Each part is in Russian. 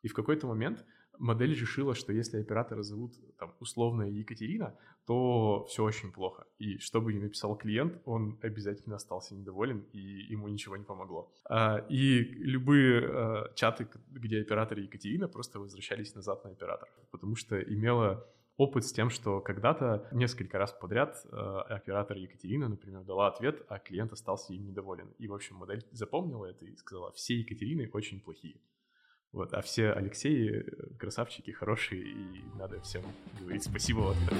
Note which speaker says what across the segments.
Speaker 1: И в какой-то момент модель решила, что если оператора зовут там условно Екатерина, то все очень плохо. И что бы ни написал клиент, он обязательно остался недоволен, и ему ничего не помогло. И любые чаты, где оператор Екатерина, просто возвращались назад на оператора, потому что имела опыт с тем, что когда-то несколько раз подряд оператор Екатерина, например, дала ответ, а клиент остался им недоволен. И, в общем, модель запомнила это и сказала: все Екатерины очень плохие. Вот, а все Алексеи красавчики, хорошие, и надо всем говорить спасибо в ответ.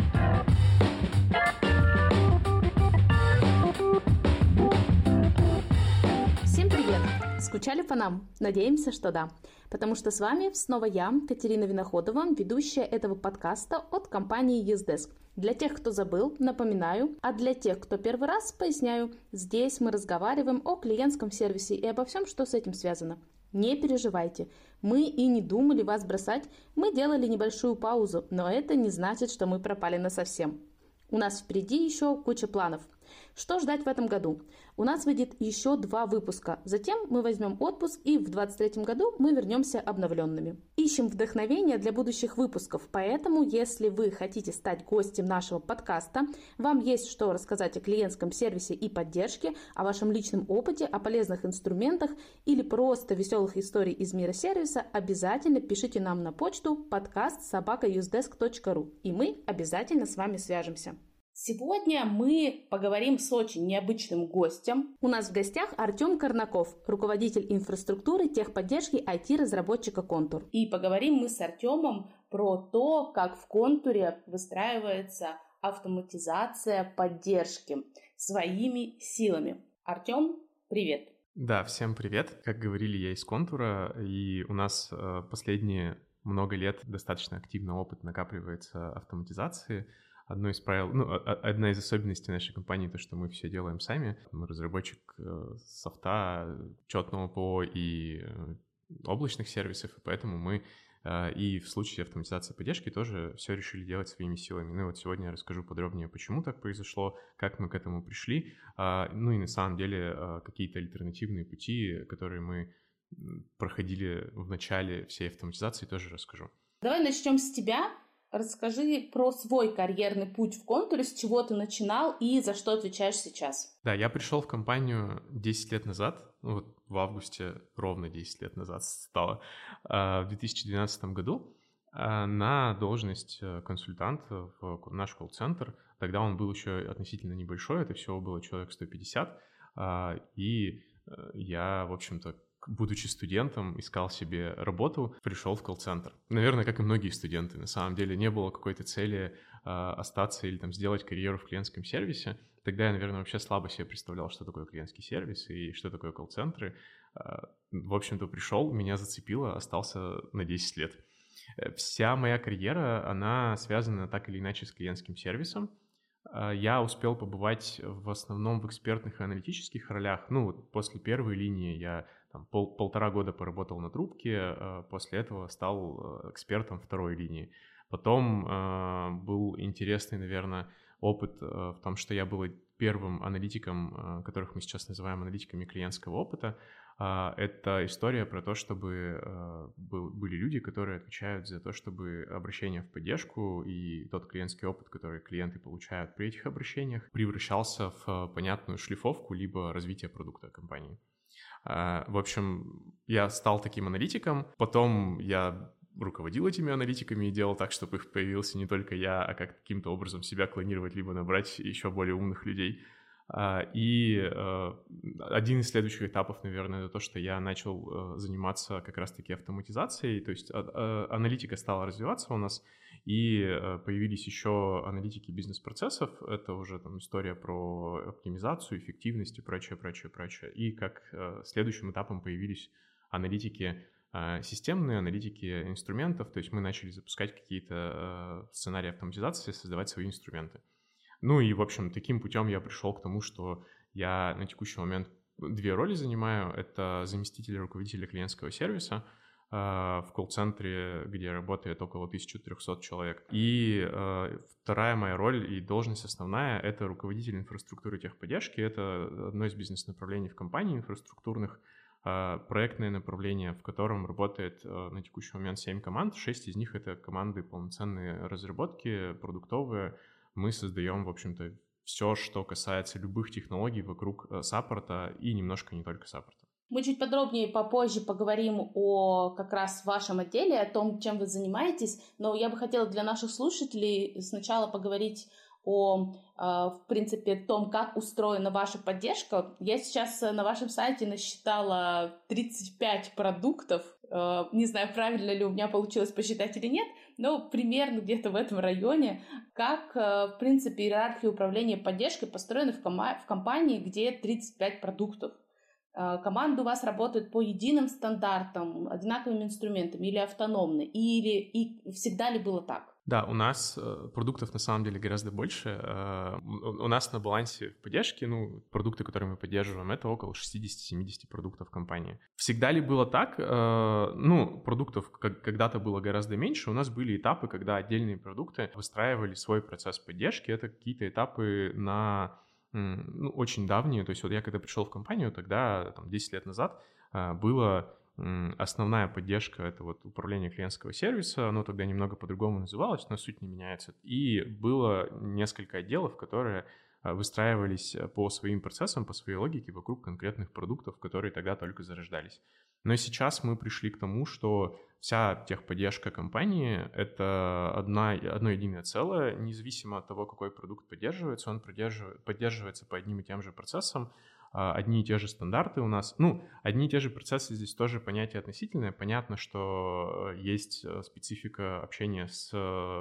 Speaker 2: Всем привет! Скучали по нам? Надеемся, что да. Потому что с вами снова я, Катерина Виноходова, ведущая этого подкаста от компании EaseDesk. Для тех, кто забыл, напоминаю, а для тех, кто первый раз, поясняю. Здесь мы разговариваем о клиентском сервисе и обо всем, что с этим связано. Не переживайте, мы и не думали вас бросать, мы делали небольшую паузу, но это не значит, что мы пропали насовсем. У нас впереди еще куча планов. Что ждать в этом году? У нас выйдет еще 2 выпуска. Затем мы возьмем отпуск, и в 2023 году мы вернемся обновленными. Ищем вдохновение для будущих выпусков, поэтому, если вы хотите стать гостем нашего подкаста, вам есть что рассказать о клиентском сервисе и поддержке, о вашем личном опыте, о полезных инструментах или просто веселых историях из мира сервиса, обязательно пишите нам на почту podcast@usedesk.ru, и мы обязательно с вами свяжемся. Сегодня мы поговорим с очень необычным гостем. У нас в гостях Артем Корнаков, руководитель инфраструктуры техподдержки IT-разработчика Контур. И поговорим мы с Артемом про то, как в Контуре выстраивается автоматизация поддержки своими силами. Артем, привет!
Speaker 1: Да, всем привет. Как говорили, я из Контура, и у нас последние много лет достаточно активно опыт накапливается автоматизации. Одно из правил, одна из особенностей нашей компании — то, что мы все делаем сами. Мы разработчик софта, учетного ПО и облачных сервисов, и поэтому мы и в случае автоматизации поддержки тоже все решили делать своими силами. Ну и вот сегодня я расскажу подробнее, почему так произошло, как мы к этому пришли, ну и на самом деле какие-то альтернативные пути, которые мы проходили в начале всей автоматизации, тоже расскажу.
Speaker 2: Давай начнем с тебя. Расскажи про свой карьерный путь в Контуре, с чего ты начинал и за что отвечаешь сейчас.
Speaker 1: Да, я пришел в компанию 10 лет назад, вот в августе ровно 10 лет назад стало, в 2012 году, на должность консультанта в наш колл-центр. Тогда он был еще относительно небольшой, это всего было человек 150, и я, в общем-то, будучи студентом, искал себе работу, пришел в колл-центр. Наверное, как и многие студенты, на самом деле не было какой-то цели остаться или там сделать карьеру в клиентском сервисе. Тогда я, наверное, вообще слабо себе представлял, что такое клиентский сервис и что такое колл-центры. В общем-то, пришел, меня зацепило, остался на 10 лет. Вся моя карьера, она связана так или иначе с клиентским сервисом. Я успел побывать в основном в экспертных и аналитических ролях. Ну, вот после первой линии я там, полтора года поработал на трубке, после этого стал экспертом второй линии. Потом был интересный, наверное, опыт в том, что я был первым аналитиком, которых мы сейчас называем аналитиками клиентского опыта. Это история про то, чтобы были люди, которые отвечают за то, чтобы обращение в поддержку и тот клиентский опыт, который клиенты получают при этих обращениях, превращался в понятную шлифовку либо развитие продукта компании. В общем, я стал таким аналитиком, потом я руководил этими аналитиками и делал так, чтобы их появился не только я, а как каким-то образом себя клонировать, либо набрать еще более умных людей. И один из следующих этапов, наверное, это то, что я начал заниматься как раз-таки автоматизацией, то есть аналитика стала развиваться у нас, и появились еще аналитики бизнес-процессов, это уже там история про оптимизацию, эффективность и прочее. И как следующим этапом появились аналитики системные, аналитики инструментов, то есть мы начали запускать какие-то сценарии автоматизации, создавать свои инструменты. Ну и, в общем, таким путем я пришел к тому, что я на текущий момент 2 роли занимаю. Это заместитель руководителя клиентского сервиса в колл-центре, где работает около 1300 человек. И вторая моя роль и должность основная — это руководитель инфраструктуры техподдержки. Это одно из бизнес-направлений в компании инфраструктурных. проектное направление, в котором работает на текущий момент 7 команд. 6 из них — это команды полноценные разработки, продуктовые. Мы создаем, в общем-то, все, что касается любых технологий вокруг саппорта и немножко не только саппорта.
Speaker 2: Мы чуть подробнее попозже поговорим о как раз вашем отделе, о том, чем вы занимаетесь, но я бы хотела для наших слушателей сначала поговорить о, в принципе, том, как устроена ваша поддержка. Я сейчас на вашем сайте насчитала 35 продуктов. Не знаю, правильно ли у меня получилось посчитать или нет, но примерно где-то в этом районе. Как, в принципе, иерархия управления поддержкой построена в компании, где 35 продуктов? Команды у вас работают по единым стандартам, одинаковыми инструментами или автономно, и всегда ли было так?
Speaker 1: Да, у нас продуктов на самом деле гораздо больше. У нас на балансе поддержки, продукты, которые мы поддерживаем, это около 60-70 продуктов компании. Всегда ли было так? Продуктов когда-то было гораздо меньше. У нас были этапы, когда отдельные продукты выстраивали свой процесс поддержки. Это какие-то этапы очень давние. То есть вот я когда пришел в компанию, тогда, 10 лет назад, было... Основная поддержка — это вот управление клиентского сервиса, оно тогда немного по-другому называлось, но суть не меняется. И было несколько отделов, которые выстраивались по своим процессам, по своей логике вокруг конкретных продуктов, которые тогда только зарождались. Но сейчас мы пришли к тому, что вся техподдержка компании — это одно единое целое, независимо от того, какой продукт поддерживается, он поддерживается по одним и тем же процессам, одни и те же стандарты у нас. Одни и те же процессы, здесь тоже понятие относительное. Понятно, что есть специфика общения с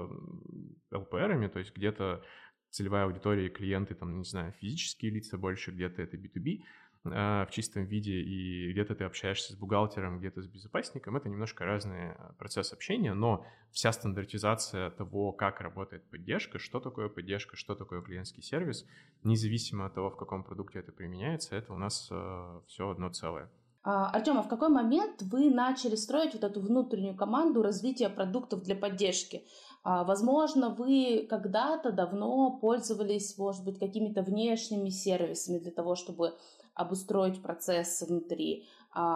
Speaker 1: ЛПРами, то есть где-то целевая аудитория и клиенты, физические лица больше, где-то это B2B в чистом виде, и где-то ты общаешься с бухгалтером, где-то с безопасником. Это немножко разный процесс общения, но вся стандартизация того, как работает поддержка, что такое поддержка, что такое клиентский сервис, независимо от того, в каком продукте это применяется, это у нас все одно целое.
Speaker 2: Артем, а в какой момент вы начали строить вот эту внутреннюю команду развития продуктов для поддержки? Возможно, вы когда-то давно пользовались, может быть, какими-то внешними сервисами для того, чтобы обустроить процесс внутри.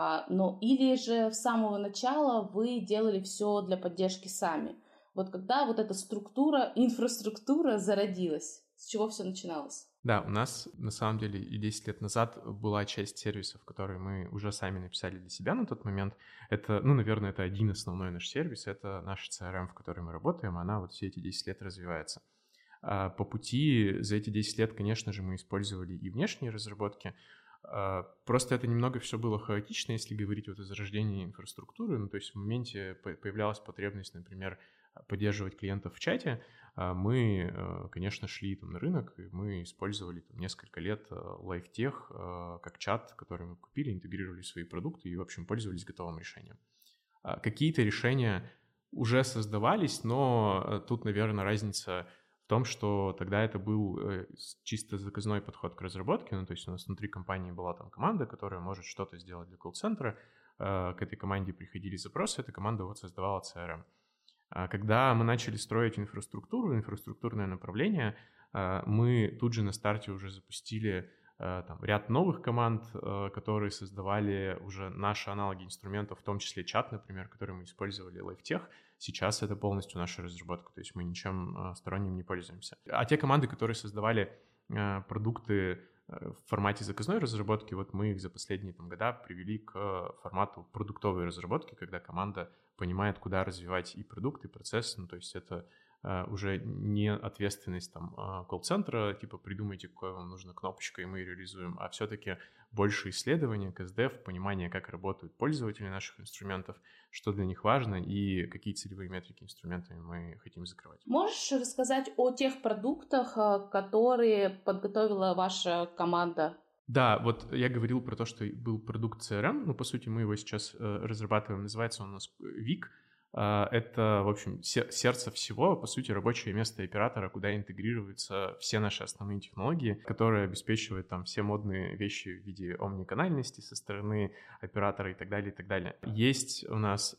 Speaker 2: Или же с самого начала вы делали все для поддержки сами. Вот когда вот эта инфраструктура зародилась, с чего все начиналось?
Speaker 1: Да, у нас на самом деле и 10 лет назад была часть сервисов, которые мы уже сами написали для себя на тот момент. Это, наверное, это один основной наш сервис, это наш CRM, в котором мы работаем, она вот все эти 10 лет развивается. По пути за эти 10 лет, конечно же, мы использовали и внешние разработки. Просто это немного все было хаотично, если говорить вот о зарождении инфраструктуры. То есть в моменте появлялась потребность, например, поддерживать клиентов в чате. Мы, конечно, шли на рынок, и мы использовали несколько лет LiveTech как чат, который мы купили, интегрировали в свои продукты и, в общем, пользовались готовым решением. Какие-то решения уже создавались, но тут, наверное, разница в том, что тогда это был чисто заказной подход к разработке, то есть у нас внутри компании была команда, которая может что-то сделать для колл-центра, к этой команде приходили запросы, эта команда создавала CRM. Когда мы начали строить инфраструктурное направление, мы тут же на старте уже запустили ряд новых команд, которые создавали уже наши аналоги инструментов, в том числе чат, например, который мы использовали, LiveTech. Сейчас это полностью наша разработка, то есть мы ничем сторонним не пользуемся. А те команды, которые создавали продукты в формате заказной разработки, вот мы их за последние года привели к формату продуктовой разработки, когда команда понимает, куда развивать и продукт, и процесс, то есть это уже не ответственность колл-центра, придумайте, какой вам нужна кнопочка, и мы ее реализуем, а все-таки больше исследования, КСДФ, понимание, как работают пользователи наших инструментов, что для них важно и какие целевые метрики инструментами мы хотим закрывать.
Speaker 2: Можешь рассказать о тех продуктах, которые подготовила ваша команда?
Speaker 1: Да, вот я говорил про то, что был продукт CRM, по сути мы его сейчас разрабатываем, называется он у нас VIC, Это, в общем, сердце всего, по сути, рабочее место оператора, куда интегрируются все наши основные технологии, которые обеспечивают там все модные вещи в виде омниканальности со стороны оператора и так далее, и так далее. Есть у нас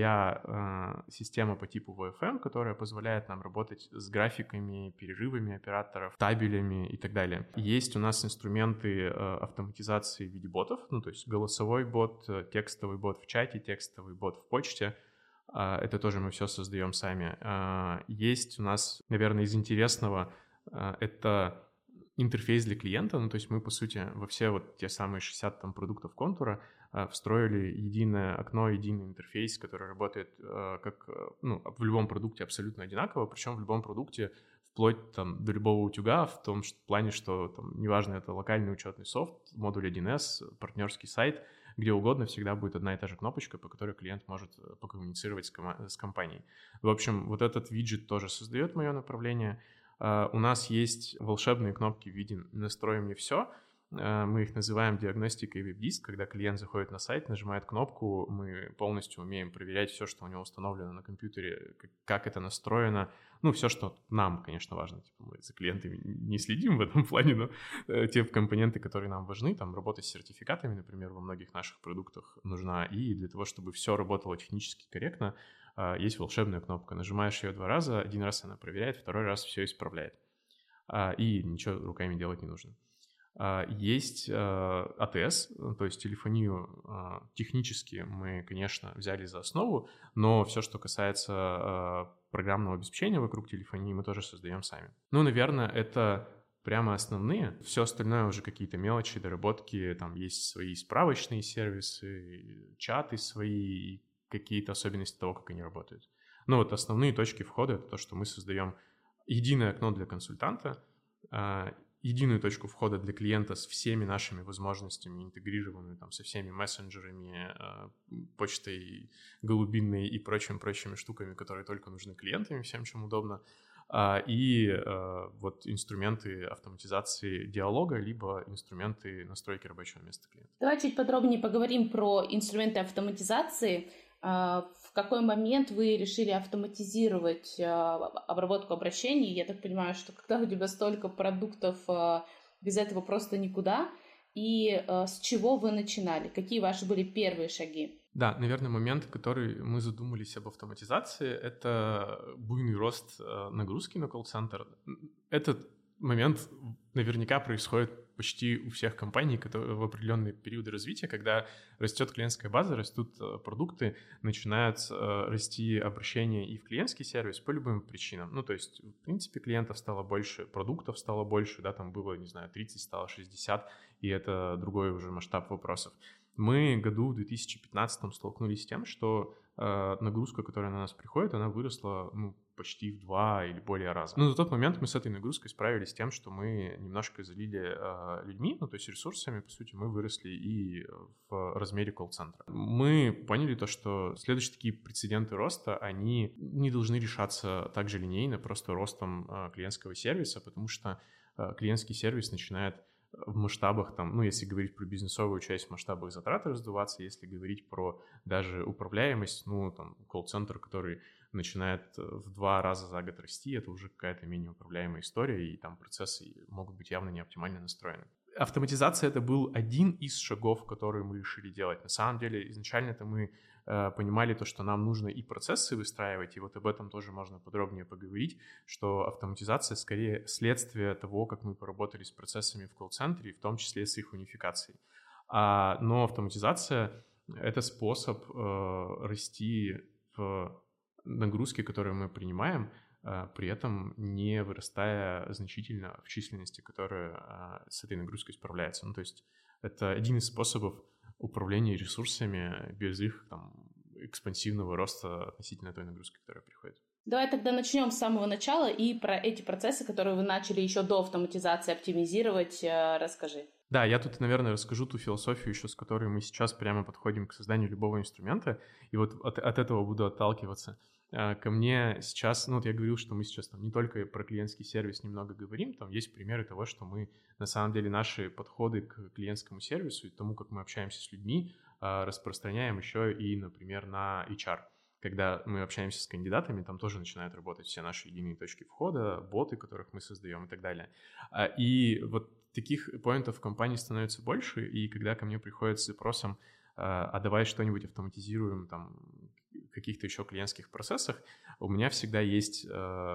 Speaker 1: своя система по типу VFM, которая позволяет нам работать с графиками, перерывами операторов, табелями и так далее. Есть у нас инструменты автоматизации в виде ботов, ну, то есть голосовой бот, текстовый бот в чате, текстовый бот в почте. Это тоже мы все создаем сами. Есть у нас, наверное, из интересного, это интерфейс для клиента. Ну, то есть мы, по сути, во все вот те самые 60 там продуктов контура встроили единое окно, единый интерфейс, который работает как, ну, в любом продукте абсолютно одинаково, причем в любом продукте вплоть там до любого утюга, в том плане, что там, неважно, это локальный учетный софт, модуль 1С, партнерский сайт, где угодно всегда будет одна и та же кнопочка, по которой клиент может покоммуницировать с компанией. В общем, вот этот виджет тоже создает мое направление. У нас есть волшебные кнопки в виде «Настрой мне все». Мы их называем диагностикой веб-диск. Когда клиент заходит на сайт, нажимает кнопку, мы полностью умеем проверять все, что у него установлено на компьютере, как это настроено. Ну, все, что нам, конечно, важно. Типа мы за клиентами не следим в этом плане, но те компоненты, которые нам важны, там работа с сертификатами, например, во многих наших продуктах нужна. И для того, чтобы все работало технически корректно, есть волшебная кнопка. Нажимаешь ее 2 раза, 1 раз она проверяет, 2 раз все исправляет. И ничего руками делать не нужно. Есть АТС, то есть телефонию технически мы, конечно, взяли за основу, но все, что касается программного обеспечения вокруг телефонии, мы тоже создаем сами. Ну, наверное, это прямо основные. Все остальное уже какие-то мелочи, доработки. Там есть свои справочные сервисы, чаты свои, какие-то особенности того, как они работают. Но вот основные точки входа — это то, что мы создаем единое окно для консультанта, единую точку входа для клиента с всеми нашими возможностями, интегрированную там со всеми мессенджерами, почтой голубиной и прочими штуками, которые только нужны клиентам, всем, чем удобно, и вот инструменты автоматизации диалога, либо инструменты настройки рабочего места клиента.
Speaker 2: Давай чуть подробнее поговорим про инструменты автоматизации. В какой момент вы решили автоматизировать обработку обращений? Я так понимаю, что когда у тебя столько продуктов, без этого просто никуда. И с чего вы начинали? Какие ваши были первые шаги?
Speaker 1: Да, наверное, момент, который мы задумались об автоматизации, это буйный рост нагрузки на колл-центр. Этот момент наверняка происходит почти у всех компаний, которые в определенные периоды развития, когда растет клиентская база, растут продукты, начинают расти обращения и в клиентский сервис по любым причинам. Ну, то есть, в принципе, клиентов стало больше, продуктов стало больше, да, там было, не знаю, 30, стало 60, и это другой уже масштаб вопросов. Мы году в 2015 столкнулись с тем, что нагрузка, которая на нас приходит, она выросла почти в 2 или более раза. Но на тот момент мы с этой нагрузкой справились тем, что мы немножко залили людьми, ну то есть ресурсами, по сути, мы выросли и в размере колл-центра. Мы поняли то, что следующие такие прецеденты роста, они не должны решаться так же линейно, просто ростом клиентского сервиса, потому что клиентский сервис начинает в масштабах, там, ну, если говорить про бизнесовую часть, в масштабах затрат раздуваться, если говорить про даже управляемость, ну, там, колл-центр, который начинает в 2 раза за год расти, это уже какая-то менее управляемая история, и там процессы могут быть явно не оптимально настроены. Автоматизация — это был один из шагов, которые мы решили делать. На самом деле, изначально-то мы понимали то, что нам нужно и процессы выстраивать, и вот об этом тоже можно подробнее поговорить, что автоматизация скорее следствие того, как мы поработали с процессами в колл-центре, в том числе с их унификацией. Но автоматизация — это способ расти в нагрузке, которые мы принимаем, при этом не вырастая значительно в численности, которая с этой нагрузкой справляется. Ну, то есть это один из способов управления ресурсами без их там экспансивного роста относительно той нагрузки, которая приходит.
Speaker 2: Давай тогда начнем с самого начала и про эти процессы, которые вы начали еще до автоматизации оптимизировать, расскажи.
Speaker 1: Да, я тут, наверное, расскажу ту философию еще, с которой мы сейчас прямо подходим к созданию любого инструмента, и вот от этого буду отталкиваться. Ко мне сейчас, ну вот я говорил, что мы сейчас там не только про клиентский сервис немного говорим, там есть примеры того, что мы на самом деле наши подходы к клиентскому сервису и тому, как мы общаемся с людьми, распространяем еще и, например, на HR. когда мы общаемся с кандидатами, там тоже начинают работать все наши единые точки входа, боты, которых мы создаем и так далее. И вот таких поинтов в компании становится больше, и когда ко мне приходят с запросом, а давай что-нибудь автоматизируем там в каких-то еще клиентских процессах, у меня всегда есть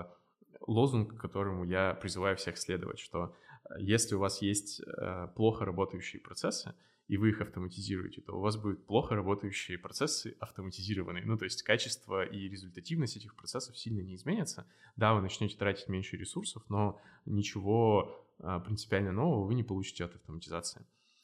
Speaker 1: лозунг, которому я призываю всех следовать, что если у вас есть плохо работающие процессы, и вы их автоматизируете, то у вас будут плохо работающие процессы автоматизированные. Ну, то есть качество и результативность этих процессов сильно не изменятся. Да, вы начнете тратить меньше ресурсов, но ничего принципиально нового вы не получите от автоматизации.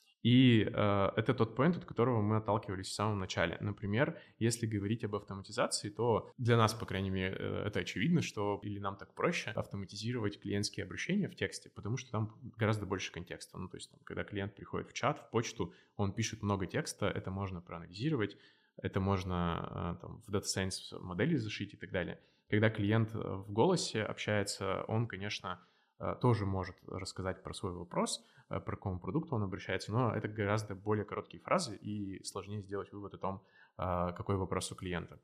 Speaker 1: И это тот поинт, от которого мы отталкивались в самом начале. Например, если говорить об автоматизации, то для нас, по крайней мере, это очевидно, что или нам так проще автоматизировать клиентские обращения в тексте, потому что там гораздо больше контекста. Ну, то есть, когда клиент приходит в чат, в почту, он пишет много текста, это можно проанализировать, это можно там, в Data Science модели зашить и так далее. Когда клиент в голосе общается, он, конечно, тоже может рассказать про свой вопрос, про какому продукту он обращается, но это гораздо более короткие фразы и сложнее сделать вывод о том, какой вопрос у клиента.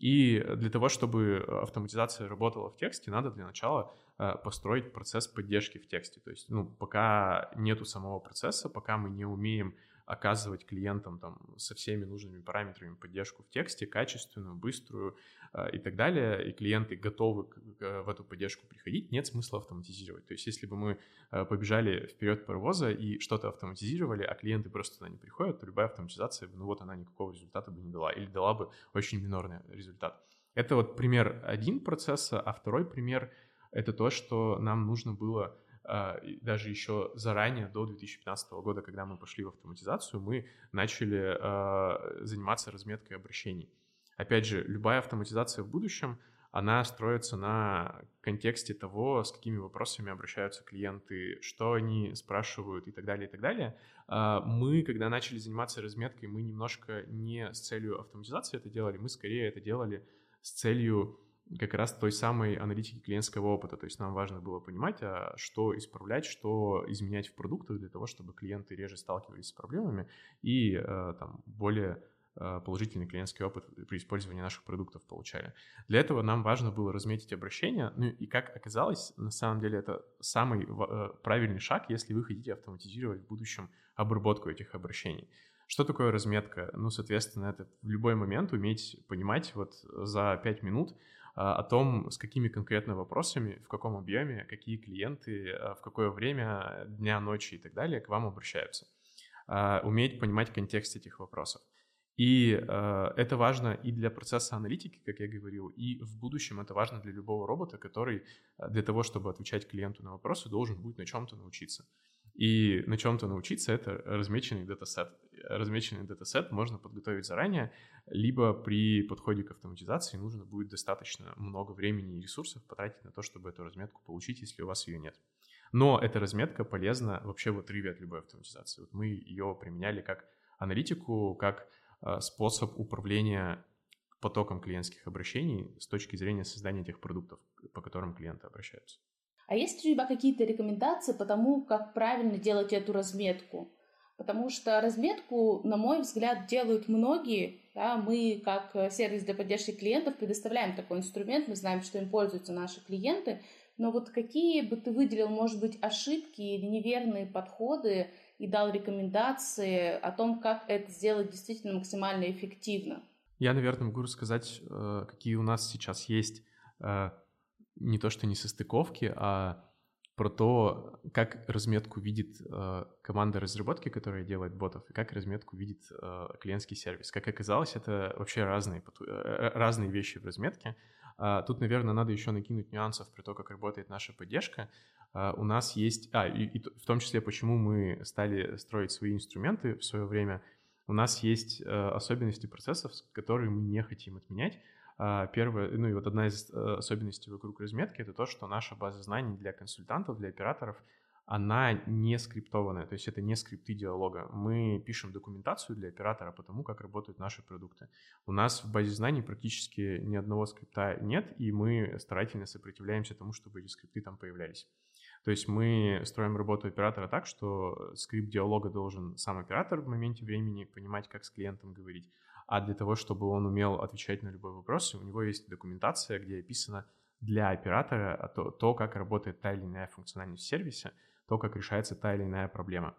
Speaker 1: И для того, чтобы автоматизация работала в тексте, надо для начала построить процесс поддержки в тексте. То есть, пока нету самого процесса, пока мы не умеем оказывать клиентам там со всеми нужными параметрами поддержку в тексте, качественную, быструю и так далее, и клиенты готовы в эту поддержку приходить, нет смысла автоматизировать. То есть если бы мы побежали вперед паровоза и что-то автоматизировали, а клиенты просто туда не приходят, то любая автоматизация, она никакого результата бы не дала или дала бы очень минорный результат. Это вот пример один процесса, а второй пример — это то, что нам нужно было даже еще заранее, до 2015 года, когда мы пошли в автоматизацию, мы начали заниматься разметкой обращений. Опять же, любая автоматизация в будущем, она строится на контексте того, с какими вопросами обращаются клиенты, что они спрашивают и так далее, и так далее. Мы, когда начали заниматься разметкой, мы немножко не с целью автоматизации это делали, мы скорее это делали с целью как раз той самой аналитики клиентского опыта. То есть нам важно было понимать, что исправлять, что изменять в продуктах для того, чтобы клиенты реже сталкивались с проблемами и там более положительный клиентский опыт при использовании наших продуктов получали. Для этого нам важно было разметить обращения. Ну и как оказалось, на самом деле это самый правильный шаг, если вы хотите автоматизировать в будущем обработку этих обращений. Что такое разметка? Соответственно, это в любой момент уметь понимать вот за 5 минут о том, с какими конкретно вопросами, в каком объеме, какие клиенты, в какое время дня, ночи и так далее к вам обращаются. Уметь понимать контекст этих вопросов. И это важно и для процесса аналитики, как я говорил, и в будущем это важно для любого робота, который для того, чтобы отвечать клиенту на вопросы, должен будет на чем-то научиться. И на чем-то научиться — это размеченный датасет. Размеченный датасет можно подготовить заранее, либо при подходе к автоматизации нужно будет достаточно много времени и ресурсов потратить на то, чтобы эту разметку получить, если у вас ее нет. Но эта разметка полезна вообще в отрыве от любой автоматизации. Вот мы ее применяли как аналитику, как способ управления потоком клиентских обращений с точки зрения создания тех продуктов, по которым клиенты обращаются.
Speaker 2: А есть у тебя какие-то рекомендации по тому, как правильно делать эту разметку? Потому что разметку, на мой взгляд, делают многие. Да? Мы, как сервис для поддержки клиентов, предоставляем такой инструмент, мы знаем, что им пользуются наши клиенты. Но вот какие бы ты выделил, может быть, ошибки или неверные подходы и дал рекомендации о том, как это сделать действительно максимально эффективно?
Speaker 1: Я, наверное, могу рассказать, какие у нас сейчас есть не то что несостыковки, а про то, как разметку видит команда разработки, которая делает ботов, и как разметку видит клиентский сервис. Как оказалось, это вообще разные вещи в разметке. Тут, наверное, надо еще накинуть нюансов про то, как работает наша поддержка. У нас есть... и в том числе, почему мы стали строить свои инструменты в свое время. У нас есть особенности процессов, которые мы не хотим отменять. Первое, и вот одна из особенностей вокруг разметки — это то, что наша база знаний для консультантов, для операторов, она не скриптованная, то есть это не скрипты диалога. Мы пишем документацию для оператора по тому, как работают наши продукты. У нас в базе знаний практически ни одного скрипта нет, и мы старательно сопротивляемся тому, чтобы эти скрипты там появлялись. То есть мы строим работу оператора так, что скрипт диалога должен сам оператор в моменте времени понимать, как с клиентом говорить, а для того, чтобы он умел отвечать на любой вопрос, у него есть документация, где описано для оператора то, как работает та или иная функциональность в сервисе, то, как решается та или иная проблема.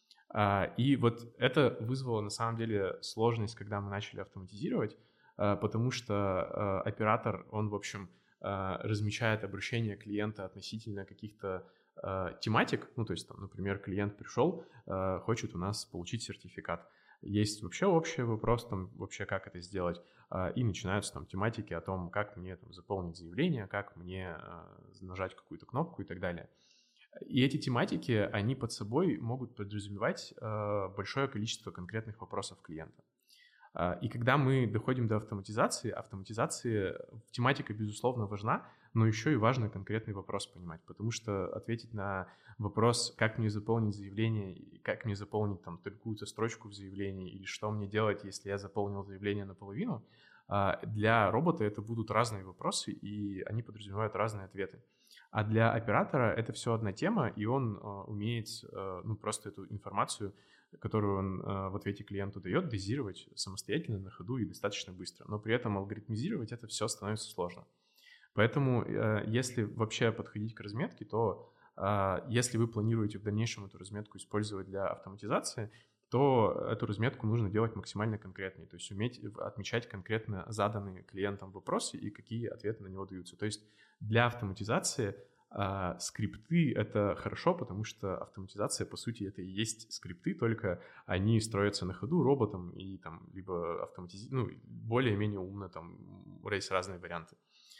Speaker 1: И вот это вызвало на самом деле сложность, когда мы начали автоматизировать, потому что оператор, он, в общем, размечает обращение клиента относительно каких-то тематик, ну, то есть, там, например, клиент пришел, хочет у нас получить сертификат. Есть вообще общий вопрос, там, вообще как это сделать, и начинаются там тематики о том, как мне там заполнить заявление, как мне нажать какую-то кнопку и так далее. И эти тематики, они под собой могут подразумевать большое количество конкретных вопросов клиента. И когда мы доходим до автоматизации, тематика, безусловно, важна, но еще и важно конкретный вопрос понимать, потому что ответить на вопрос, как мне заполнить заявление, как мне заполнить там какую-то строчку в заявлении, или что мне делать, если я заполнил заявление наполовину, для робота это будут разные вопросы, и они подразумевают разные ответы. А для оператора это все одна тема, и он умеет просто эту информацию, которую он в ответе клиенту дает, дозировать самостоятельно на ходу и достаточно быстро. Но при этом алгоритмизировать это все становится сложно. Поэтому если вообще подходить к разметке, то если вы планируете в дальнейшем эту разметку использовать для автоматизации, то эту разметку нужно делать максимально конкретной, то есть уметь отмечать конкретно заданные клиентам вопросы и какие ответы на него даются. То есть для автоматизации скрипты — это хорошо, потому что автоматизация, по сути, это и есть скрипты, только они строятся на ходу роботом и там либо более-менее умно, там есть разные варианты.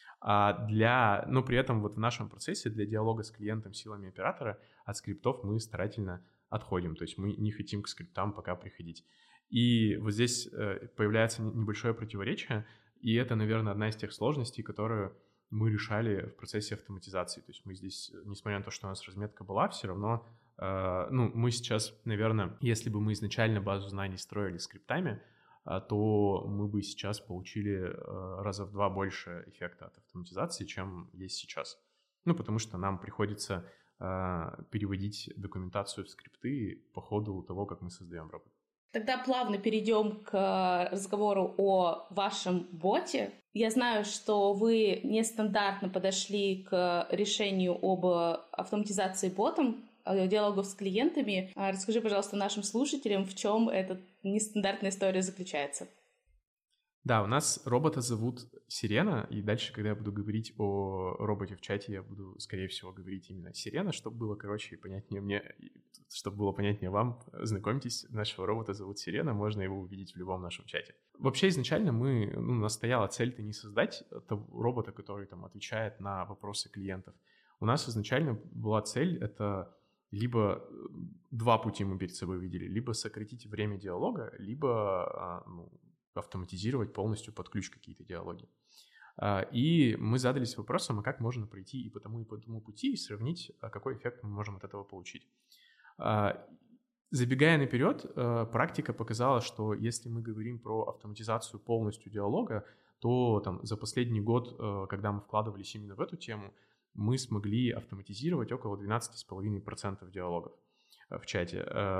Speaker 1: Но при этом вот в нашем процессе для диалога с клиентом силами оператора от скриптов мы старательно отходим, то есть мы не хотим к скриптам пока приходить. И вот здесь появляется небольшое противоречие, и это, наверное, одна из тех сложностей, которую мы решали в процессе автоматизации. То есть мы здесь, несмотря на то, что у нас разметка была, все равно, мы сейчас, наверное, если бы мы изначально базу знаний строили скриптами, то мы бы сейчас получили раза в 2 больше эффекта от автоматизации, чем есть сейчас. Потому что нам приходится переводить документацию в скрипты по ходу того, как мы создаем робот.
Speaker 2: Тогда плавно перейдем к разговору о вашем боте. Я знаю, что вы нестандартно подошли к решению об автоматизации ботом, диалогов с клиентами. Расскажи, пожалуйста, нашим слушателям, в чем эта нестандартная история заключается.
Speaker 1: Да, у нас робота зовут Сирена, и дальше, когда я буду говорить о роботе в чате, я буду, скорее всего, говорить именно Сирена, чтобы было короче и понятнее мне, чтобы было понятнее вам. Знакомьтесь, нашего робота зовут Сирена, можно его увидеть в любом нашем чате. Вообще, изначально у нас стояла цель-то не создать робота, который там отвечает на вопросы клиентов. У нас изначально была цель — это либо 2 пути мы перед собой видели, либо сократить время диалога, либо автоматизировать полностью под ключ какие-то диалоги. И мы задались вопросом, а как можно пройти и по тому пути и сравнить, какой эффект мы можем от этого получить. Забегая наперед, практика показала, что если мы говорим про автоматизацию полностью диалога, то там, за последний год, когда мы вкладывались именно в эту тему, мы смогли автоматизировать около 12,5% диалогов в чате.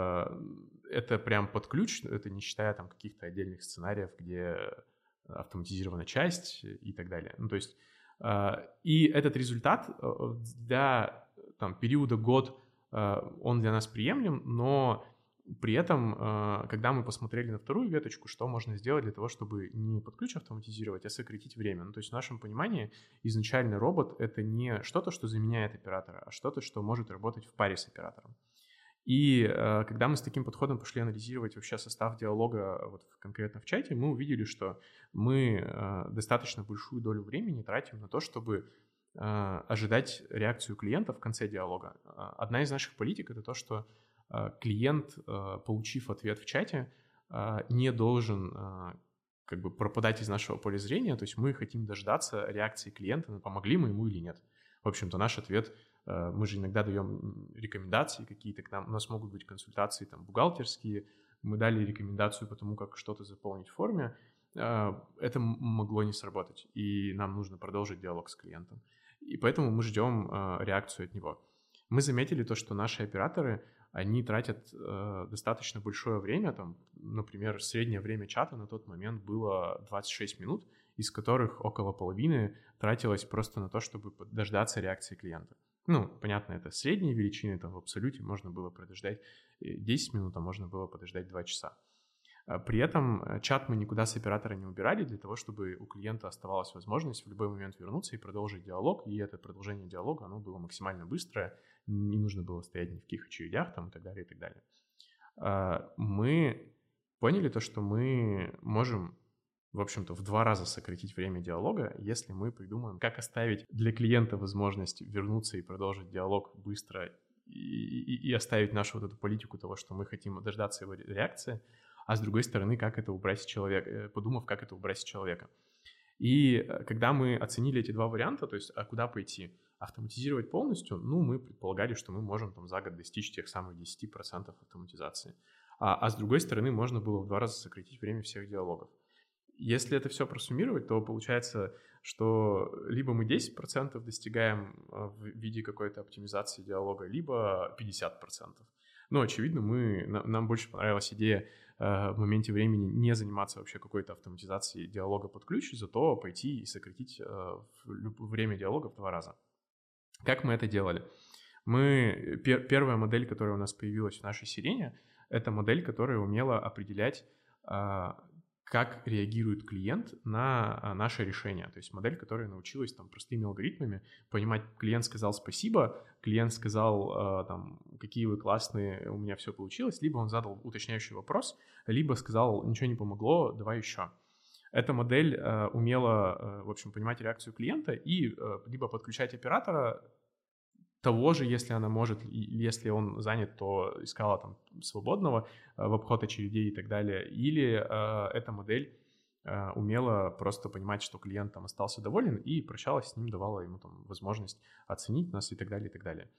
Speaker 1: Это прям под ключ, это не считая там каких-то отдельных сценариев, где автоматизирована часть и так далее. То есть, и этот результат для периода год, он для нас приемлем, но при этом, когда мы посмотрели на вторую веточку, что можно сделать для того, чтобы не под ключ автоматизировать, а сократить время. То есть в нашем понимании изначально робот — это не что-то, что заменяет оператора, а что-то, что может работать в паре с оператором. И когда мы с таким подходом пошли анализировать вообще состав диалога конкретно в чате, мы увидели, что мы достаточно большую долю времени тратим на то, чтобы ожидать реакцию клиента в конце диалога. Одна из наших политик — это то, что клиент, получив ответ в чате, не должен пропадать из нашего поля зрения, то есть мы хотим дождаться реакции клиента, помогли мы ему или нет. В общем-то, наш ответ, мы же иногда даем рекомендации какие-то к нам, у нас могут быть консультации бухгалтерские, мы дали рекомендацию по тому, как что-то заполнить в форме, это могло не сработать, и нам нужно продолжить диалог с клиентом. И поэтому мы ждем реакцию от него. Мы заметили то, что наши операторы они тратят достаточно большое время, там, например, среднее время чата на тот момент было 26 минут, из которых около половины тратилось просто на то, чтобы дождаться реакции клиента. Ну, понятно, это средние величины, там в абсолюте можно было подождать 10 минут, а можно было подождать 2 часа. При этом чат мы никуда с оператора не убирали для того, чтобы у клиента оставалась возможность в любой момент вернуться и продолжить диалог, и это продолжение диалога, оно было максимально быстрое, не нужно было стоять ни в каких очередях там и так далее, и так далее. Мы поняли то, что мы можем, в общем-то, в 2 раза сократить время диалога, если мы придумаем, как оставить для клиента возможность вернуться и продолжить диалог быстро и оставить нашу вот эту политику того, что мы хотим дождаться его реакции, а с другой стороны, как это убрать с человека, подумав, как это убрать с человека. И когда мы оценили эти 2 варианта, то есть, а куда пойти? Автоматизировать полностью, ну, мы предполагали, что мы можем там за год достичь тех самых 10% автоматизации. А с другой стороны, можно было в 2 раза сократить время всех диалогов. Если это все просуммировать, то получается, что либо мы 10% достигаем в виде какой-то оптимизации диалога, либо 50%. Но, очевидно, нам больше понравилась идея в моменте времени не заниматься вообще какой-то автоматизацией диалога под ключ, зато пойти и сократить время диалога в 2 раза. Как мы это делали? Первая модель, которая у нас появилась в нашей сирене, это модель, которая умела определять, как реагирует клиент на наше решение. То есть модель, которая научилась там простыми алгоритмами понимать, клиент сказал спасибо, клиент сказал, там, какие вы классные, у меня все получилось, либо он задал уточняющий вопрос, либо сказал, ничего не помогло, давай еще. Эта модель умела, в общем, понимать реакцию клиента и либо подключать оператора того же, если она может, если он занят, то искала там свободного в обход очередей и так далее, или эта модель умела просто понимать, что клиент там остался доволен и прощалась с ним, давала ему там возможность оценить нас и так далее, и так далее.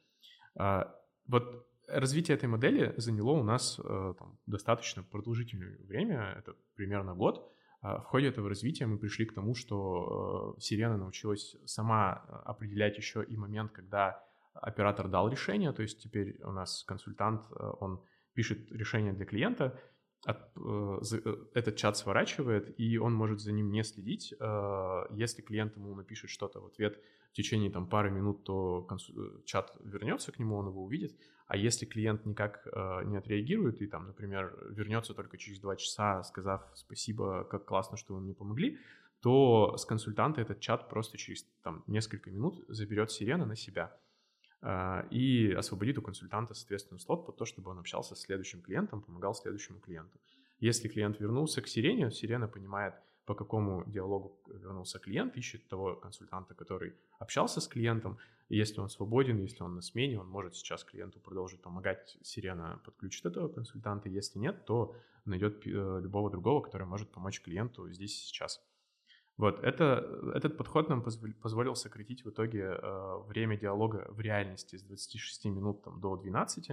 Speaker 1: Вот развитие этой модели заняло у нас там достаточно продолжительное время, это примерно год. В ходе этого развития мы пришли к тому, что Сирена научилась сама определять еще и момент, когда оператор дал решение, то есть теперь у нас консультант, он пишет решение для клиента, этот чат сворачивает, и он может за ним не следить. Если клиент ему напишет что-то в ответ в течение там пары минут, то чат вернется к нему, он его увидит. А если клиент никак не отреагирует и там, например, вернется только через 2 часа, сказав спасибо, как классно, что вы мне помогли, то с консультанта этот чат просто через там несколько минут заберет Сирена на себя и освободит у консультанта, соответственно, слот под то, чтобы он общался с следующим клиентом, помогал следующему клиенту. Если клиент вернулся к Сирене, Сирена понимает, по какому диалогу вернулся клиент, ищет того консультанта, который общался с клиентом, и если он свободен, если он на смене, он может сейчас клиенту продолжить помогать, Сирена подключит этого консультанта, если нет, то найдет любого другого, который может помочь клиенту здесь и сейчас. Вот, этот подход нам позволил сократить в итоге время диалога в реальности с 26 минут там, до 12,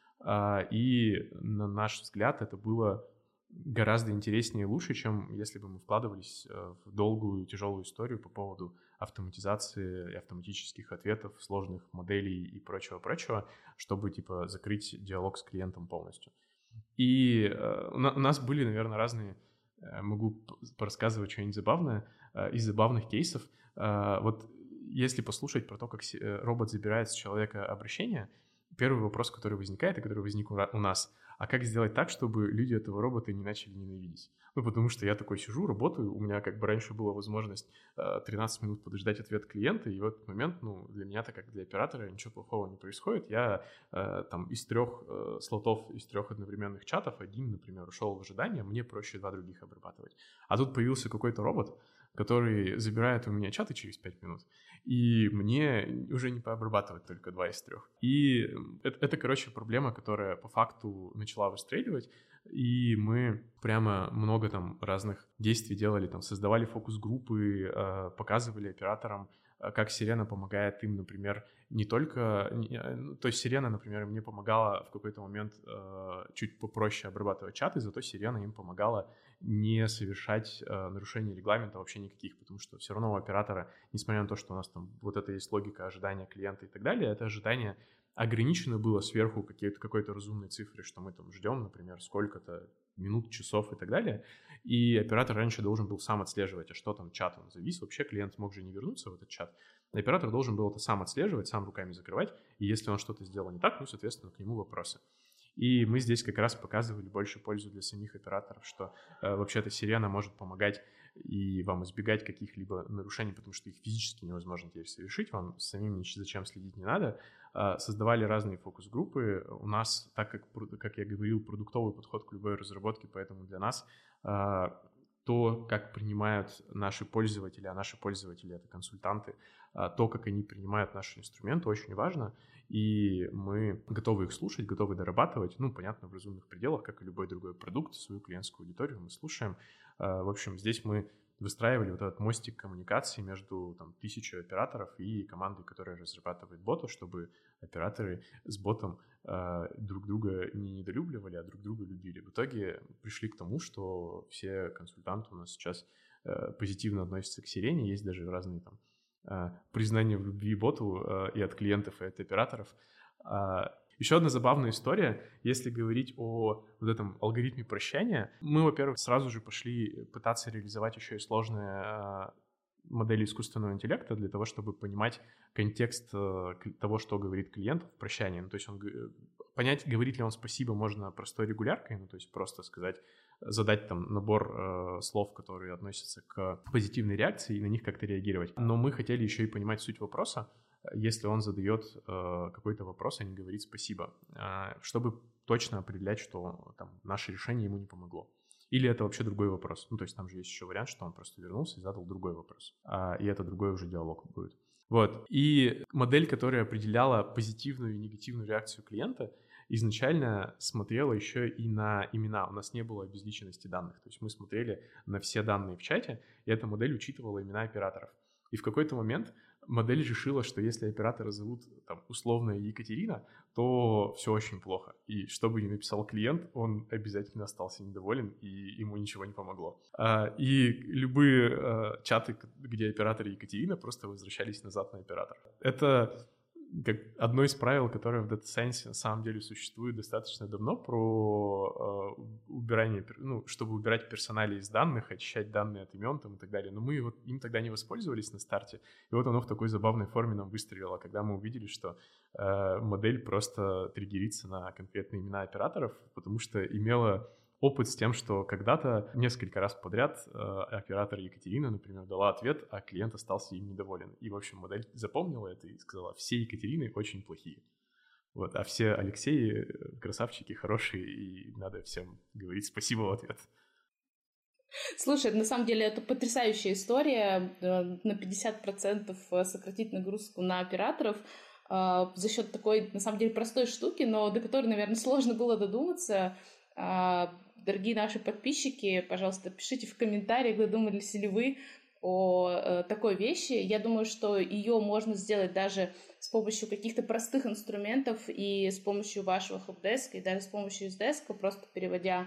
Speaker 1: и на наш взгляд это было гораздо интереснее и лучше, чем если бы мы вкладывались в долгую тяжелую историю по поводу автоматизации и автоматических ответов, сложных моделей и прочего-прочего, чтобы типа закрыть диалог с клиентом полностью. И у нас были, наверное, разные... Могу порассказывать что-нибудь забавное из забавных кейсов. Вот если послушать про то, как робот забирает с человека обращение, первый вопрос, который возникает, и который возник у нас, а как сделать так, чтобы люди этого робота не начали ненавидеть? Ну, потому что я такой сижу, работаю, у меня как бы раньше была возможность 13 минут подождать ответ клиента, и в этот момент, ну, для меня-то, как для оператора, ничего плохого не происходит. Я там из 3 слотов, из 3 одновременных чатов один, например, ушел в ожидание, мне проще 2 других обрабатывать. А тут появился какой-то робот, который забирает у меня чаты через 5 минут, и мне уже не пообрабатывать только 2 из 3. И это, короче, проблема, которая по факту начала выстреливать, и мы прямо много там разных действий делали, там создавали фокус-группы, показывали операторам, как Сирена помогает им, например, не только... То есть Сирена, например, мне помогала в какой-то момент чуть попроще обрабатывать чаты, зато Сирена им помогала не совершать нарушений регламента вообще никаких, потому что все равно у оператора, несмотря на то, что у нас там вот это есть логика ожидания клиента и так далее, это ожидание ограничено было сверху какой-то разумной цифрой, что мы там ждем, например, сколько-то минут, часов и так далее. И оператор раньше должен был сам отслеживать, а что там чат он завис. Вообще клиент мог же не вернуться в этот чат. Оператор должен был это сам отслеживать, сам руками закрывать. И если он что-то сделал не так, ну, соответственно, к нему вопросы. И мы здесь как раз показывали больше пользу для самих операторов, что вообще-то сирена может помогать и вам избегать каких-либо нарушений, потому что их физически невозможно теперь совершить, вам самим ни зачем следить не надо. Создавали разные фокус-группы. У нас, так как я говорил, продуктовый подход к любой разработке, поэтому для нас то, как принимают наши пользователи, а наши пользователи — это консультанты, то, как они принимают наши инструменты, очень важно, и мы готовы их слушать, готовы дорабатывать, ну, понятно, в разумных пределах, как и любой другой продукт, свою клиентскую аудиторию мы слушаем. В общем, здесь мы выстраивали вот этот мостик коммуникации между там 1000 операторов и командой, которая разрабатывает бота, чтобы операторы с ботом друг друга не недолюбливали, а друг друга любили. В итоге пришли к тому, что все консультанты у нас сейчас позитивно относятся к сирене, есть даже разные там признания в любви боту и от клиентов, и от операторов. Еще одна забавная история, если говорить о вот этом алгоритме прощания. Мы, во-первых, сразу же пошли пытаться реализовать еще и сложные модели искусственного интеллекта для того, чтобы понимать контекст того, что говорит клиент в прощании. Ну, то есть понять, говорит ли он спасибо, можно простой регуляркой, ну, то есть просто задать там набор слов, которые относятся к позитивной реакции, и на них как-то реагировать. Но мы хотели еще и понимать суть вопроса, если он задает какой-то вопрос, а не говорит спасибо, чтобы точно определять, что там наше решение ему не помогло. Или это вообще другой вопрос. Ну, то есть там же есть еще вариант, что он просто вернулся и задал другой вопрос. И это другой уже диалог будет. Вот. И модель, которая определяла позитивную и негативную реакцию клиента, изначально смотрела еще и на имена. У нас не было обезличенности данных. То есть мы смотрели на все данные в чате, и эта модель учитывала имена операторов. И в какой-то момент модель решила, что если оператора зовут там условно Екатерина, то все очень плохо. И что бы ни написал клиент, он обязательно остался недоволен, и ему ничего не помогло. И любые чаты, где оператор Екатерина, просто возвращались назад на оператора. Это как одно из правил, которое в Data Science на самом деле существует достаточно давно, про убирание, ну, чтобы убирать персоналии из данных, очищать данные от имен там, и так далее. Но мы им тогда не воспользовались на старте, и вот оно в такой забавной форме нам выстрелило, когда мы увидели, что модель просто триггерится на конкретные имена операторов, потому что имела опыт с тем, что когда-то несколько раз подряд оператор Екатерина, например, дала ответ, а клиент остался им недоволен. И, в общем, модель запомнила это и сказала: все Екатерины очень плохие. Вот, а все Алексеи красавчики, хорошие, и надо всем говорить спасибо в ответ.
Speaker 2: Слушай, на самом деле это потрясающая история. На 50% сократить нагрузку на операторов за счет такой, на самом деле, простой штуки, но до которой, наверное, сложно было додуматься. Дорогие наши подписчики, пожалуйста, пишите в комментариях, додумались ли вы о такой вещи. Я думаю, что ее можно сделать даже с помощью каких-то простых инструментов и с помощью вашего helpdesk, и даже с помощью UseDesk, просто переводя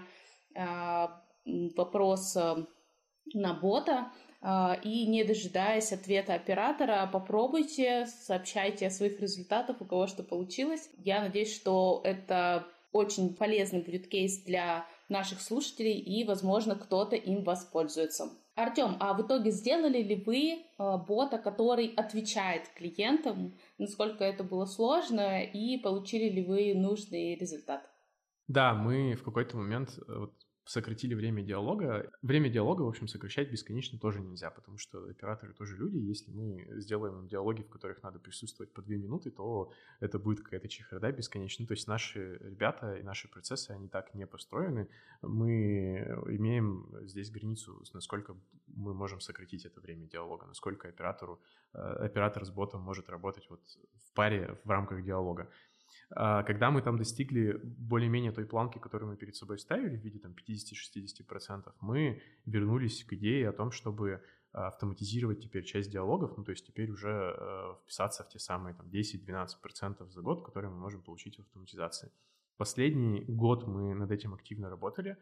Speaker 2: вопрос на бота и не дожидаясь ответа оператора, попробуйте, сообщайте о своих результатах, у кого что получилось. Я надеюсь, что это очень полезный будет кейс для наших слушателей, и, возможно, кто-то им воспользуется. Артем, а в итоге сделали ли вы бота, который отвечает клиентам, насколько это было сложно, и получили ли вы нужный результат?
Speaker 1: Да, мы в какой-то момент сократили время диалога. Время диалога, в общем, сокращать бесконечно тоже нельзя, потому что операторы тоже люди. Если мы сделаем им диалоги, в которых надо присутствовать по 2 минуты, то это будет какая-то чехарда бесконечная. То есть наши ребята и наши процессы, они так не построены. Мы имеем здесь границу, насколько мы можем сократить это время диалога, насколько оператор с ботом может работать вот в паре в рамках диалога. Когда мы там достигли более-менее той планки, которую мы перед собой ставили в виде там 50-60%, мы вернулись к идее о том, чтобы автоматизировать теперь часть диалогов, ну то есть теперь уже вписаться в те самые там 10-12% за год, которые мы можем получить в автоматизации. Последний год мы над этим активно работали.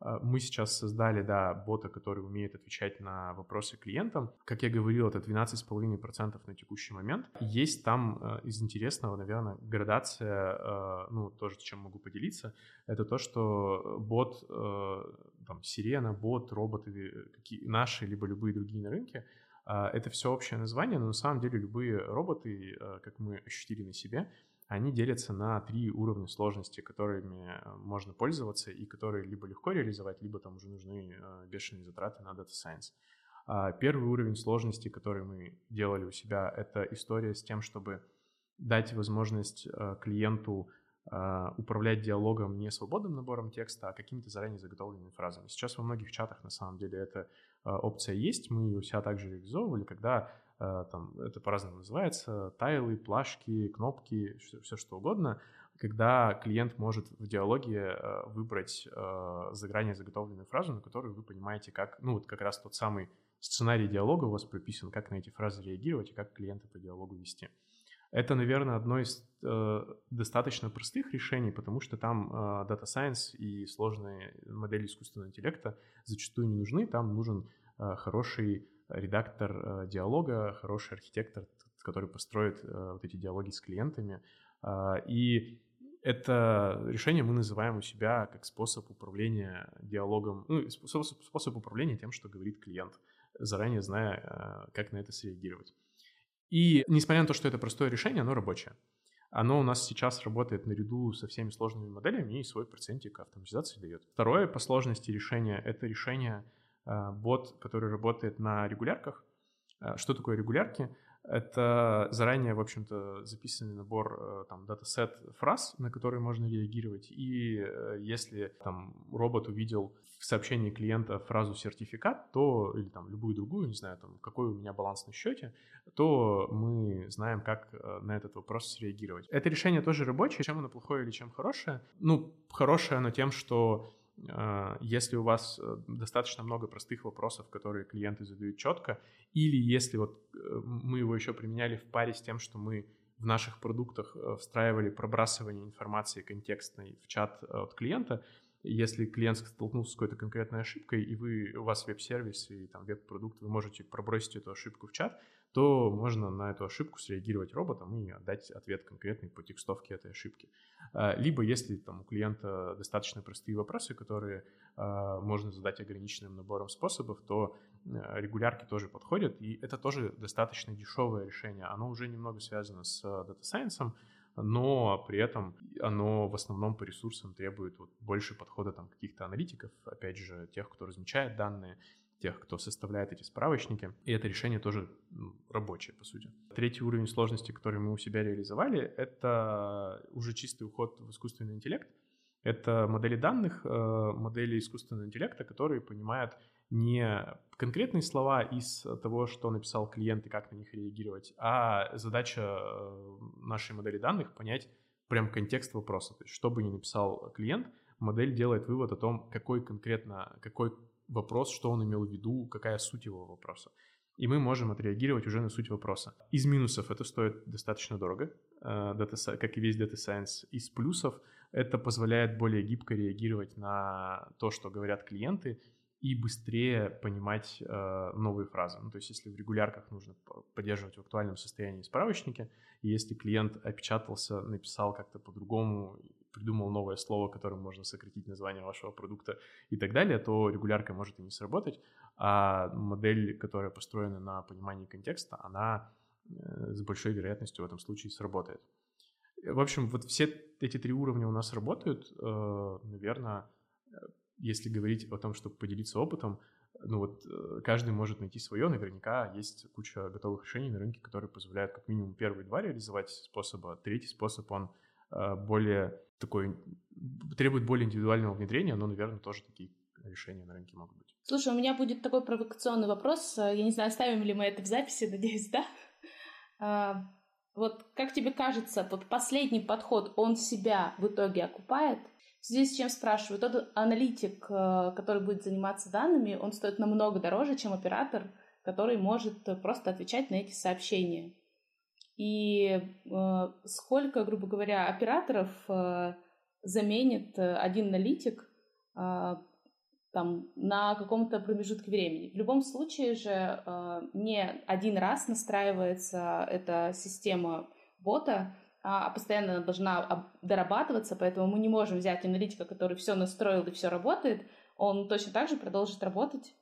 Speaker 1: Мы сейчас создали, бота, который умеет отвечать на вопросы клиентам. Как я говорил, это 12,5% на текущий момент. Есть там из интересного, наверное, градация, тоже чем могу поделиться, это то, что бот, Сирена, бот, роботы, наши, либо любые другие на рынке, это все общее название, но на самом деле любые роботы, как мы ощутили на себе, они делятся на 3 уровня сложности, которыми можно пользоваться и которые либо легко реализовать, либо там уже нужны бешеные затраты на Data Science. Первый уровень сложности, который мы делали у себя, это история с тем, чтобы дать возможность клиенту управлять диалогом не свободным набором текста, а какими-то заранее заготовленными фразами. Сейчас во многих чатах на самом деле эта опция есть, мы ее у себя также реализовывали, когда это по-разному называется, тайлы, плашки, кнопки, все что угодно, когда клиент может в диалоге выбрать заранее заготовленную фразу, на которую вы понимаете, как раз тот самый сценарий диалога у вас прописан, как на эти фразы реагировать и как клиента по диалогу вести. Это, наверное, одно из достаточно простых решений, потому что там Data Science и сложные модели искусственного интеллекта зачастую не нужны, там нужен хороший редактор диалога, хороший архитектор, который построит вот эти диалоги с клиентами. И это решение мы называем у себя как способ управления диалогом, способ управления тем, что говорит клиент, заранее зная, как на это среагировать. И несмотря на то, что это простое решение, оно рабочее. Оно у нас сейчас работает наряду со всеми сложными моделями и свой процентик автоматизации дает. Второе по сложности решение — это решение бот, который работает на регулярках. Что такое регулярки? Это заранее, в общем-то, записанный набор датасет фраз, на которые можно реагировать. И если робот увидел в сообщении клиента фразу «сертификат», или любую другую, не знаю, какой у меня баланс на счете, то мы знаем, как на этот вопрос среагировать. Это решение тоже рабочее. Чем оно плохое или чем хорошее? Хорошее оно тем, что если у вас достаточно много простых вопросов, которые клиенты задают четко, или если мы его еще применяли в паре с тем, что мы в наших продуктах встраивали пробрасывание информации контекстной в чат от клиента, если клиент столкнулся с какой-то конкретной ошибкой, и у вас веб-сервис и веб-продукт, вы можете пробросить эту ошибку в чат, то можно на эту ошибку среагировать роботом и дать ответ конкретный по текстовке этой ошибки. Либо если у клиента достаточно простые вопросы, которые можно задать ограниченным набором способов, то регулярки тоже подходят, и это тоже достаточно дешевое решение. Оно уже немного связано с Data Science, но при этом оно в основном по ресурсам требует больше подхода каких-то аналитиков, опять же, тех, кто размечает данные, тех, кто составляет эти справочники, и это решение тоже рабочее, по сути. Третий уровень сложности, который мы у себя реализовали, это уже чистый уход в искусственный интеллект. Это модели данных, модели искусственного интеллекта, которые понимают не конкретные слова из того, что написал клиент и как на них реагировать, а задача нашей модели данных — понять прям контекст вопроса. То есть, что бы ни написал клиент, модель делает вывод о том, какой вопрос, что он имел в виду, какая суть его вопроса. И мы можем отреагировать уже на суть вопроса. Из минусов это стоит достаточно дорого, как и весь Data Science. Из плюсов это позволяет более гибко реагировать на то, что говорят клиенты, и быстрее понимать новые фразы. То есть если в регулярках нужно поддерживать в актуальном состоянии справочники, и если клиент опечатался, написал как-то по-другому, придумал новое слово, которым можно сократить название вашего продукта и так далее, то регулярка может и не сработать, а модель, которая построена на понимании контекста, она с большой вероятностью в этом случае сработает. В общем, все эти 3 уровня у нас работают. Наверное, если говорить о том, чтобы поделиться опытом, каждый может найти свое. Наверняка есть куча готовых решений на рынке, которые позволяют как минимум первые 2 реализовать способа. Третий способ, он требует более индивидуального внедрения, но, наверное, тоже такие решения на рынке могут быть.
Speaker 2: Слушай, у меня будет такой провокационный вопрос. Я не знаю, оставим ли мы это в записи, надеюсь, да? Как тебе кажется, последний подход, он себя в итоге окупает? В связи с чем спрашиваю, тот аналитик, который будет заниматься данными, он стоит намного дороже, чем оператор, который может просто отвечать на эти сообщения. И сколько, грубо говоря, операторов заменит один аналитик, там на каком-то промежутке времени. В любом случае же не один раз настраивается эта система бота, а постоянно она должна дорабатываться, поэтому мы не можем взять аналитика, который все настроил и все работает, он точно так же продолжит работать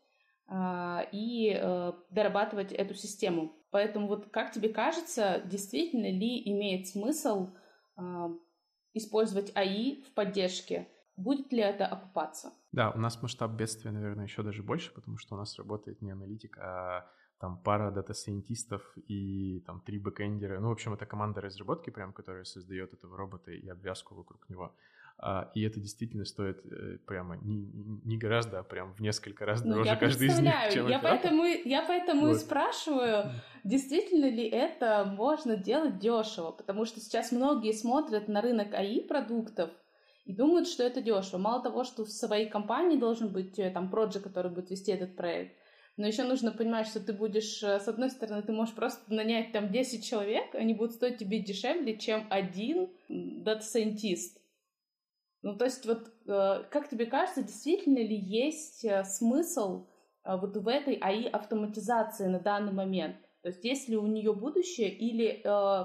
Speaker 2: и дорабатывать эту систему. Поэтому вот как тебе кажется, действительно ли имеет смысл использовать АИ в поддержке? Будет ли это окупаться?
Speaker 1: Да, у нас масштаб бедствия, наверное, еще даже больше, потому что у нас работает не аналитик, а там пара дата-сайентистов и там 3 бэкэндера. Ну, в общем, это команда разработки прям, которая создает этого робота и обвязку вокруг него. И это действительно стоит прямо не гораздо, а прям в несколько раз дороже каждый из них, чем оператор.
Speaker 2: Я поэтому и спрашиваю, действительно ли это можно делать дешево, потому что сейчас многие смотрят на рынок АИ-продуктов и думают, что это дешево. Мало того, что в своей компании должен быть там проект, который будет вести этот проект, но еще нужно понимать, что ты будешь, с одной стороны, ты можешь просто нанять там 10 человек, они будут стоить тебе дешевле, чем один дата-сайентист. Ну, то есть вот как тебе кажется, действительно ли есть смысл вот в этой АИ-автоматизации на данный момент? То есть есть ли у нее будущее или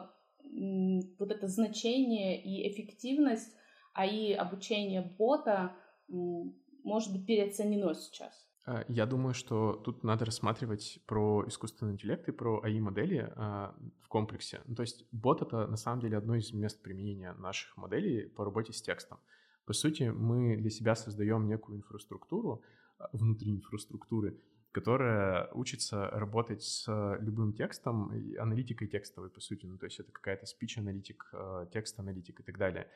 Speaker 2: вот это значение и эффективность АИ-обучения бота может быть переоценено сейчас?
Speaker 1: Я думаю, что тут надо рассматривать про искусственный интеллект и про АИ-модели в комплексе. Ну, то есть бот — это на самом деле одно из мест применения наших моделей по работе с текстом. По сути, мы для себя создаем некую инфраструктуру внутри инфраструктуры, которая учится работать с любым текстом, аналитикой текстовой, по сути. Ну, то есть это какая-то спич-аналитик, текст-аналитик и так далее,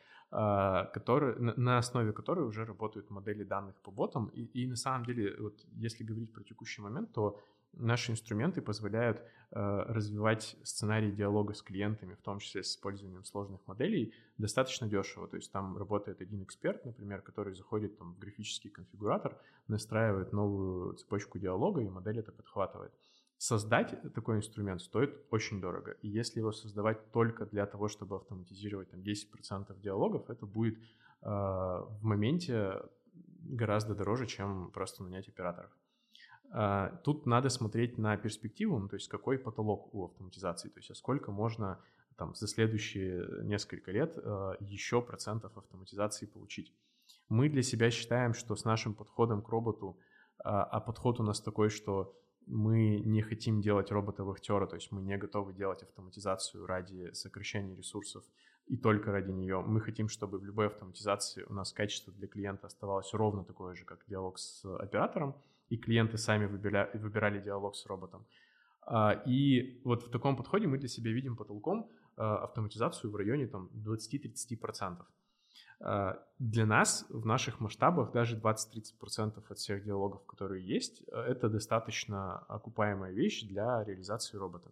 Speaker 1: на основе которой уже работают модели данных по ботам. И на самом деле, вот если говорить про текущий момент, то наши инструменты позволяют развивать сценарий диалога с клиентами, в том числе с использованием сложных моделей, достаточно дешево. То есть там работает один эксперт, например, который заходит там, в графический конфигуратор, настраивает новую цепочку диалога, и модель это подхватывает. Создать такой инструмент стоит очень дорого. И если его создавать только для того, чтобы автоматизировать там, 10% диалогов, это будет в моменте гораздо дороже, чем просто нанять операторов. Тут надо смотреть на перспективу, ну, то есть какой потолок у автоматизации, то есть сколько можно там, за следующие несколько лет еще процентов автоматизации получить. Мы для себя считаем, что с нашим подходом к роботу, а подход у нас такой, что мы не хотим делать робота-вахтера, то есть мы не готовы делать автоматизацию ради сокращения ресурсов и только ради нее. Мы хотим, чтобы в любой автоматизации у нас качество для клиента оставалось ровно такое же, как диалог с оператором, и клиенты сами выбирали диалог с роботом. И вот в таком подходе мы для себя видим потолком автоматизацию в районе там, 20-30%. Для нас в наших масштабах даже 20-30% от всех диалогов, которые есть, это достаточно окупаемая вещь для реализации робота.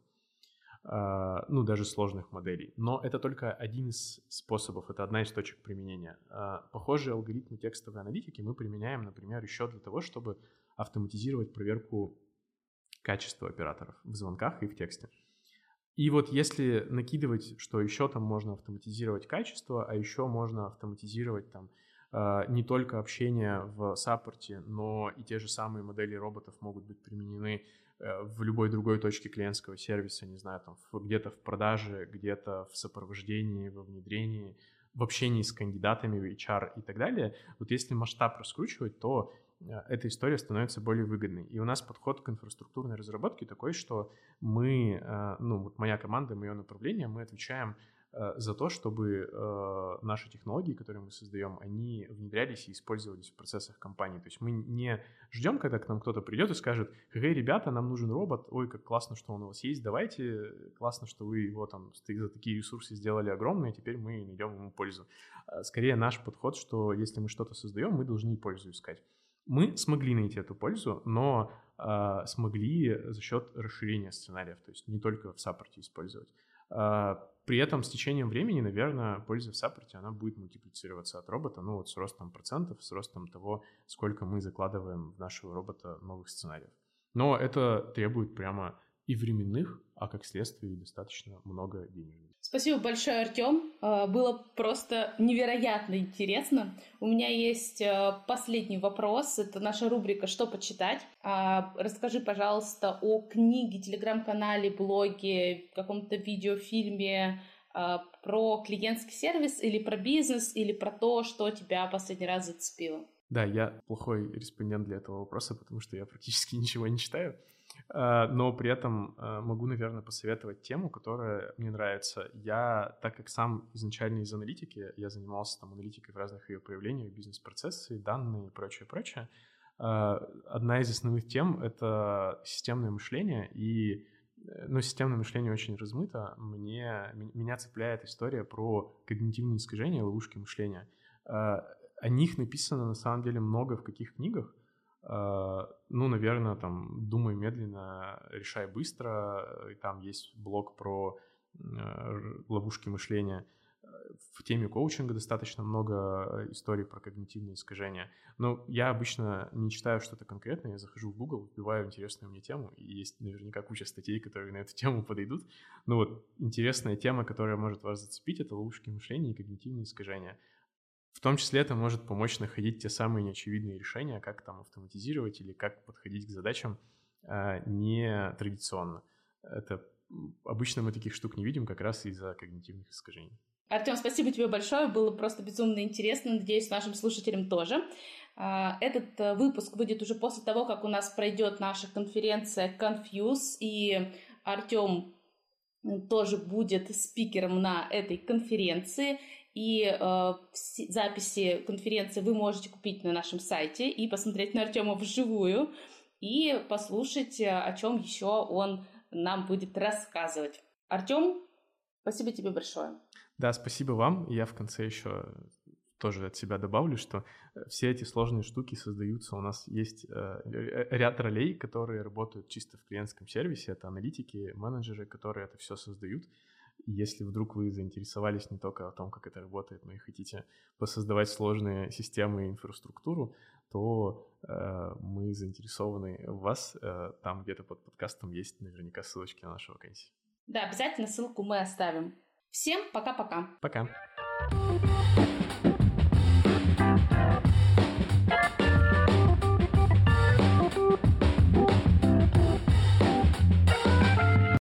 Speaker 1: Ну, даже сложных моделей. Но это только один из способов, это одна из точек применения. Похожие алгоритмы текстовой аналитики мы применяем, например, еще для того, чтобы автоматизировать проверку качества операторов в звонках и в тексте. И вот если накидывать, что еще там можно автоматизировать качество, а еще можно автоматизировать там не только общение в саппорте, но и те же самые модели роботов могут быть применены в любой другой точке клиентского сервиса, не знаю, там где-то в продаже, где-то в сопровождении, во внедрении, в общении с кандидатами в HR и так далее. Вот если масштаб раскручивать, то эта история становится более выгодной. И у нас подход к инфраструктурной разработке такой, что мы, ну вот моя команда, мое направление, мы отвечаем за то, чтобы наши технологии, которые мы создаем, они внедрялись и использовались в процессах компании. То есть мы не ждем, когда к нам кто-то придет и скажет: «Хей, ребята, нам нужен робот, ой, как классно, что он у вас есть, давайте, классно, что вы его там за такие ресурсы сделали огромные, теперь мы найдем ему пользу». Скорее наш подход, что если мы что-то создаем, мы должны и пользу искать. Мы смогли найти эту пользу, но смогли за счет расширения сценариев, то есть не только в саппорте использовать. При этом с течением времени, наверное, польза в саппорте, она будет мультиплицироваться от робота, ну вот с ростом процентов, с ростом того, сколько мы закладываем в нашего робота новых сценариев. Но это требует прямо и временных, а как следствие достаточно много денег.
Speaker 2: Спасибо большое, Артем. Было просто невероятно интересно. У меня есть последний вопрос. Это наша рубрика «Что почитать?». Расскажи, пожалуйста, о книге, телеграм-канале, блоге, каком-то видеофильме про клиентский сервис или про бизнес, или про то, что тебя последний раз зацепило.
Speaker 1: Да, я плохой респондент для этого вопроса, потому что я практически ничего не читаю. Но при этом могу, наверное, посоветовать тему, которая мне нравится. Я, так как сам изначально из аналитики, я занимался там аналитикой в разных ее проявлениях, бизнес-процессы, данные и прочее. Одна из основных тем — это системное мышление, и системное мышление очень размыто. Меня цепляет история про когнитивные искажения, ловушки мышления. О них написано, на самом деле, много в каких книгах. Наверное, там «Думай медленно, решай быстро», и там есть блог про ловушки мышления. В теме коучинга достаточно много историй про когнитивные искажения. Но я обычно не читаю что-то конкретное, я захожу в Google, вбиваю интересную мне тему, и есть наверняка куча статей, которые на эту тему подойдут. Интересная тема, которая может вас зацепить, это ловушки мышления и когнитивные искажения. В том числе это может помочь находить те самые неочевидные решения, как там автоматизировать или как подходить к задачам нетрадиционно. Обычно мы таких штук не видим как раз из-за когнитивных искажений.
Speaker 2: Артем, спасибо тебе большое, было просто безумно интересно, надеюсь, нашим слушателям тоже. Этот выпуск выйдет уже после того, как у нас пройдет наша конференция Confuse, и Артем тоже будет спикером на этой конференции. И записи конференции вы можете купить на нашем сайте и посмотреть на Артема вживую, и послушать, о чем еще он нам будет рассказывать. Артем, спасибо тебе большое.
Speaker 1: Да, спасибо вам. Я в конце еще тоже от себя добавлю, что все эти сложные штуки создаются. У нас есть ряд ролей, которые работают чисто в клиентском сервисе. Это аналитики, менеджеры, которые это все создают. И если вдруг вы заинтересовались не только о том, как это работает, но и хотите посоздавать сложные системы и инфраструктуру, то мы заинтересованы в вас. Там где-то под подкастом есть наверняка ссылочки на нашу вакансию.
Speaker 2: Да, обязательно ссылку мы оставим. Всем пока-пока.
Speaker 1: Пока.